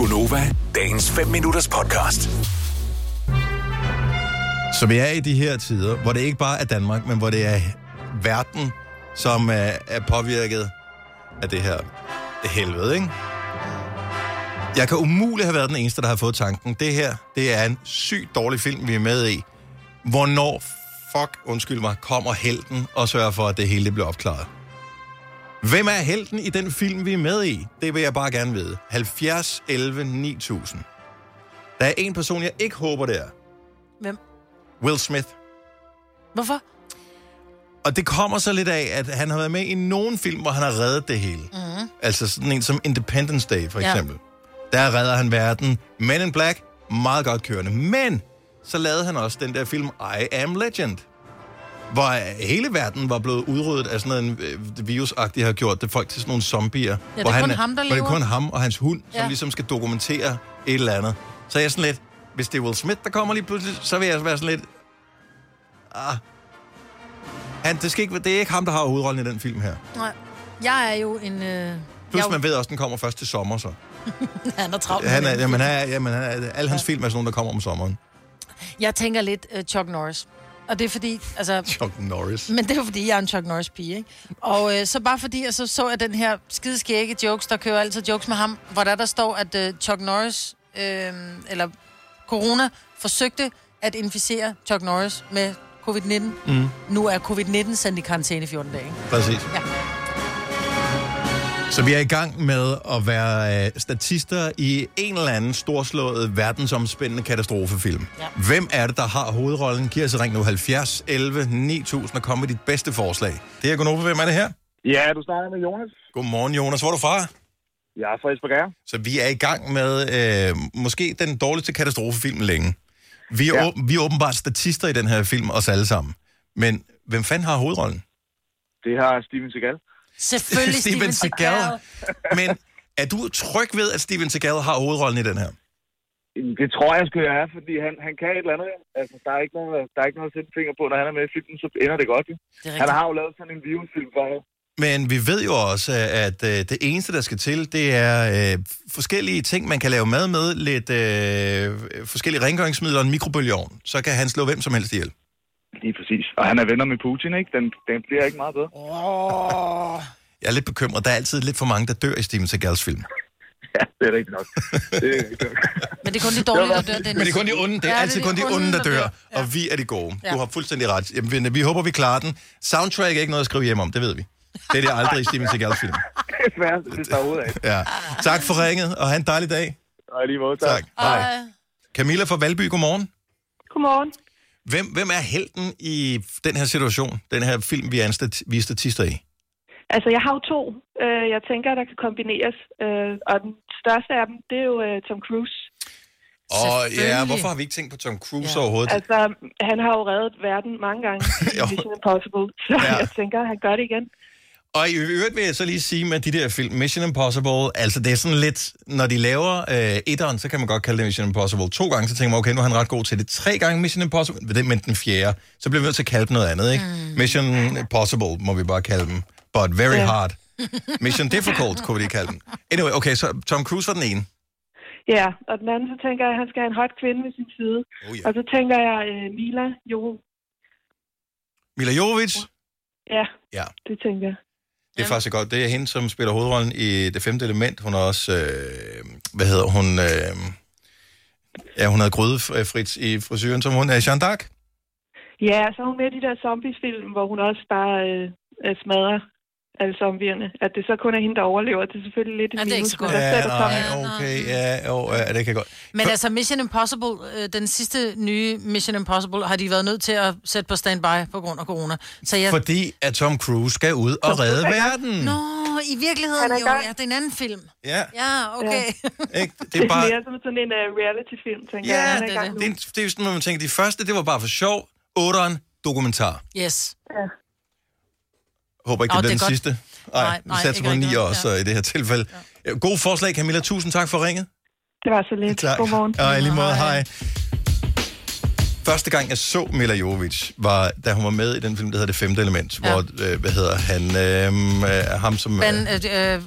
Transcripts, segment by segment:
Gonova, dagens 5 minutters podcast. Så vi er i de her tider, hvor det ikke bare er Danmark, men hvor det er verden, som er påvirket af det her helvede, ikke? Jeg kan umuligt have været den eneste, der har fået tanken. Det her, det er en sygt dårlig film, vi er med i. Hvornår, kommer helten og sørger for, at det hele bliver opklaret? Hvem er helten i den film, vi er med i? Det vil jeg bare gerne vide. 70, 11, 9000. Der er en person, jeg ikke håber, det er. Hvem? Will Smith. Hvorfor? Og det kommer så lidt af, at han har været med i nogle film, hvor han har reddet det hele. Mm-hmm. Altså sådan en som Independence Day, for eksempel. Ja. Der redder han verden. Men in Black, meget godt kørende. Men så lavede han også den der film I Am Legend, hvor hele verden var blevet udryddet af sådan en virusagtig har gjort det folk til sådan nogle zombier. Ja, det er kun ham, der lever. Hvor det er kun ham og hans hund, som ligesom skal dokumentere et eller andet. Så jeg er sådan lidt, hvis det er Will Smith, der kommer lige pludselig, så vil jeg være sådan lidt... det er ikke ham, der har hovedrollen i den film her. Nej, jeg er jo en... Plus man ved også, den kommer først til sommer, så. Han er travlt. Alle hans film er sådan nogle, der kommer om sommeren. Jeg tænker lidt Chuck Norris. Og det er fordi, altså... Chuck Norris. Men det er jo fordi, jeg er en Chuck Norris-pige, ikke? Og så bare fordi, så jeg den her skideskægge jokes, der kører altid jokes med ham, hvor der står, at Chuck Norris, eller corona, forsøgte at inficere Chuck Norris med covid-19. Mm. Nu er covid-19 sendt i karantæne i 14 dage, ikke? Præcis. Ja. Så vi er i gang med at være statister i en eller anden storslået, verdensomspændende katastrofefilm. Ja. Hvem er det, der har hovedrollen? Giv os et ring nu 70 11 9000 og kom med dit bedste forslag. Det er Gunova. Hvem er det her? Ja, du snakker med Jonas. Godmorgen, Jonas. Hvor er du fra? Jeg er fra Esbjerg. Så vi er i gang med måske den dårligste katastrofefilm længe. Vi er åbenbart statister i den her film, os alle sammen. Men hvem fanden har hovedrollen? Det har Steven Seagal. Selvfølgelig Steven Seagal. Men er du tryg ved, at Steven Seagal har hovedrollen i den her? Det tror jeg sgu, jeg er, fordi han kan et eller andet. Altså, der er ikke noget at sætte finger på, når han er med i filmen, så ender det godt. Han har jo lavet sådan en virusfilm for det. Men vi ved jo også, at det eneste, der skal til, det er forskellige ting, man kan lave mad med, lidt forskellige rengøringsmidler og en mikrobølgeovn. Så kan han slå hvem som helst ihjel. Lige præcis. Og han er venner med Putin, ikke? Den bliver ikke meget bedre. Jeg er lidt bekymret. Der er altid lidt for mange, der dør i Steven Seagals film. Ja, det er rigtigt nok. Men det er kun de dårlige, der dør. Men det er kun de onde. Det er altid kun de onde, der dør. Ja. Og vi er de gode. Du har fuldstændig ret. Jamen, vi håber, vi klarer den. Soundtrack er ikke noget at skrive hjem om, det ved vi. Det er det aldrig i Steven Seagals film. Det er svært, det tager ud af. Ja. Tak for ringet, og have en dejlig dag. Og lige måde, tak. Hej. Camilla fra Valby, godmorgen. Godmorgen. Hvem er helten i den her situation, den her film, vi er statister i? Altså, jeg har jo to. Jeg tænker, der kan kombineres. Og den største af dem, det er jo Tom Cruise. Og ja, hvorfor har vi ikke tænkt på Tom Cruise overhovedet? Altså, han har jo reddet verden mange gange i Mission Impossible, så jeg tænker, han gør det igen. Og i øvrigt vil jeg så lige sige med de der film, Mission Impossible, altså det er sådan lidt, når de laver etteren, så kan man godt kalde det Mission Impossible 2 gange, så tænker man, okay, nu er han ret god til det. 3 gange Mission Impossible, men den 4, så bliver vi nødt til at kalde dem noget andet, ikke? Mission Impossible må vi bare kalde dem, but very hard. Mission Difficult kunne vi lige kalde dem. Anyway, okay, så Tom Cruise var den ene. Ja, og den anden, så tænker jeg, at han skal have en hot kvinde ved sin side. Og så tænker jeg, Mila Jovovich? Ja, det tænker jeg. Det er faktisk godt. Det er hende, som spiller hovedrollen i Det 5. element. Hun er også, hvad hedder hun? Hun havde grydefrit i frisyren, som hun er Jeanne d'Arc. Ja, så er hun med i de der zombies-film, hvor hun også bare smadrer alle zombierne. At det så kun er hende, der overlever, det er selvfølgelig lidt en minus. Det kan godt. Men altså Mission Impossible, den sidste nye Mission Impossible, har de været nødt til at sætte på standby på grund af corona. Så fordi at Tom Cruise skal ud og redde verden. Nå, i virkeligheden jo, det er en anden film. Ja, okay. Ikke? Det er bare mere som sådan en reality-film, tænker jeg. Det er jo sådan, når man tænker, de første, det var bare for sjov. 8'eren, dokumentar. Yes. Ja. Håber ikke, det er den sidste. Nej, vi satser på 9 også i det her tilfælde. Ja. God forslag, Camilla. Tusind tak for ringet. Det var så lidt. Tak. Godmorgen. Og i lige måde, hej. Første gang, jeg så Mila Jovovich, var, da hun var med i den film, der hedder Det 5. element, hvor, hvad hedder han, ham som...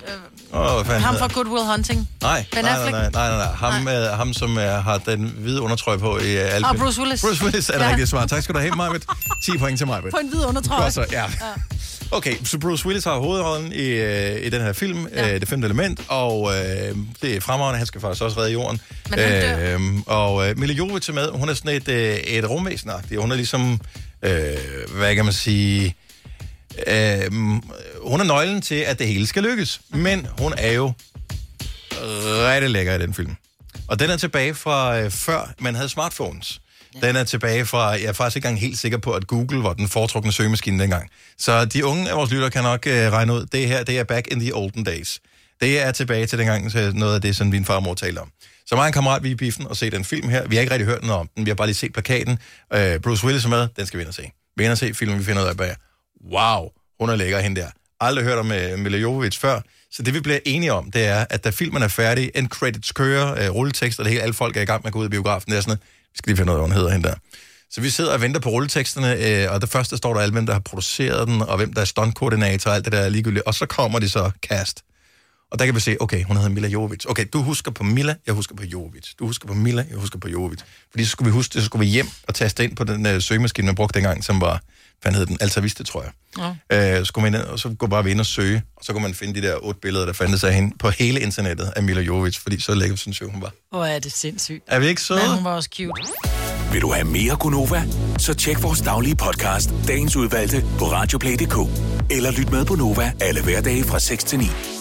Ham fra Good Will Hunting. Nej. Ham, som har den hvide undertrøj på i Alpen. Bruce Willis. Bruce Willis er det rigtigt svar. Tak skal du have, Majbet. 10 point til Majbet. På en hvid undertrøj. Godt så, ja. Okay, så Bruce Willis har hovedrollen i den her film, Det femte element, og det er fremragende, han skal faktisk også redde jorden. Men han dør. Og Mila Jovovich er med, hun er sådan et rumvæsenagtigt. Hun er ligesom, hvad kan man sige, hun er nøglen til, at det hele skal lykkes. Men hun er jo rigtig lækker i den film. Og den er tilbage fra før man havde smartphones. Den er tilbage fra, jeg er faktisk ikke engang helt sikker på, at Google var den foretrukne søgemaskine dengang. Så de unge af vores lytter kan nok regne ud, det her, det er back in the olden days. Det er tilbage til dengang, så noget af det, som min farmor talte om. Så mig og en kammerat, vi er i biffen og se den film her. Vi har ikke rigtig hørt noget om den, vi har bare lige set plakaten. Bruce Willis er med, den skal vi ind og se. Vi ind og se filmen, vi finder ud af bag. Wow, hun er lækker hende der. Aldrig hørt om Mila Jovovich før. Så det vi bliver enige om, det er, at da filmen er færdig, end credits kører, rulletekst, og det hele, alle folk er i gang med at gå ud af biografen, det er sådan noget. Vi skal lige finde ud af, hvad hun hedder hende der. Så vi sidder og venter på rulleteksterne, og det første står der alle, hvem der har produceret den, og hvem der er stuntkoordinator og alt det der er ligegyldigt. Og så kommer de så cast. Og der kan vi se, okay, hun hedder Mila Jovovich. Okay, du husker på Mila, jeg husker på Jovovich. Du husker på Mila, jeg husker på Jovovich. Fordi så skulle vi huske det, så skulle vi hjem og taste ind på den søgemaskine, man brugte dengang, som var, hvad hed den, Alta Vista, tror jeg. Ja. Så skulle man ind, og så kunne bare ind og søge, og så kunne man finde de der 8 billeder, der fandtes af hende på hele internettet af Mila Jovovich, fordi så lækker synes jeg, hun var. Er det sindssygt. Er vi ikke søde? Men hun var også cute. Vil du have mere Gunova? Så tjek vores daglige podcast, Dagens Udvalgte, på radioplay.dk. Eller lyt med på Nova alle hverdage fra 6 til 9.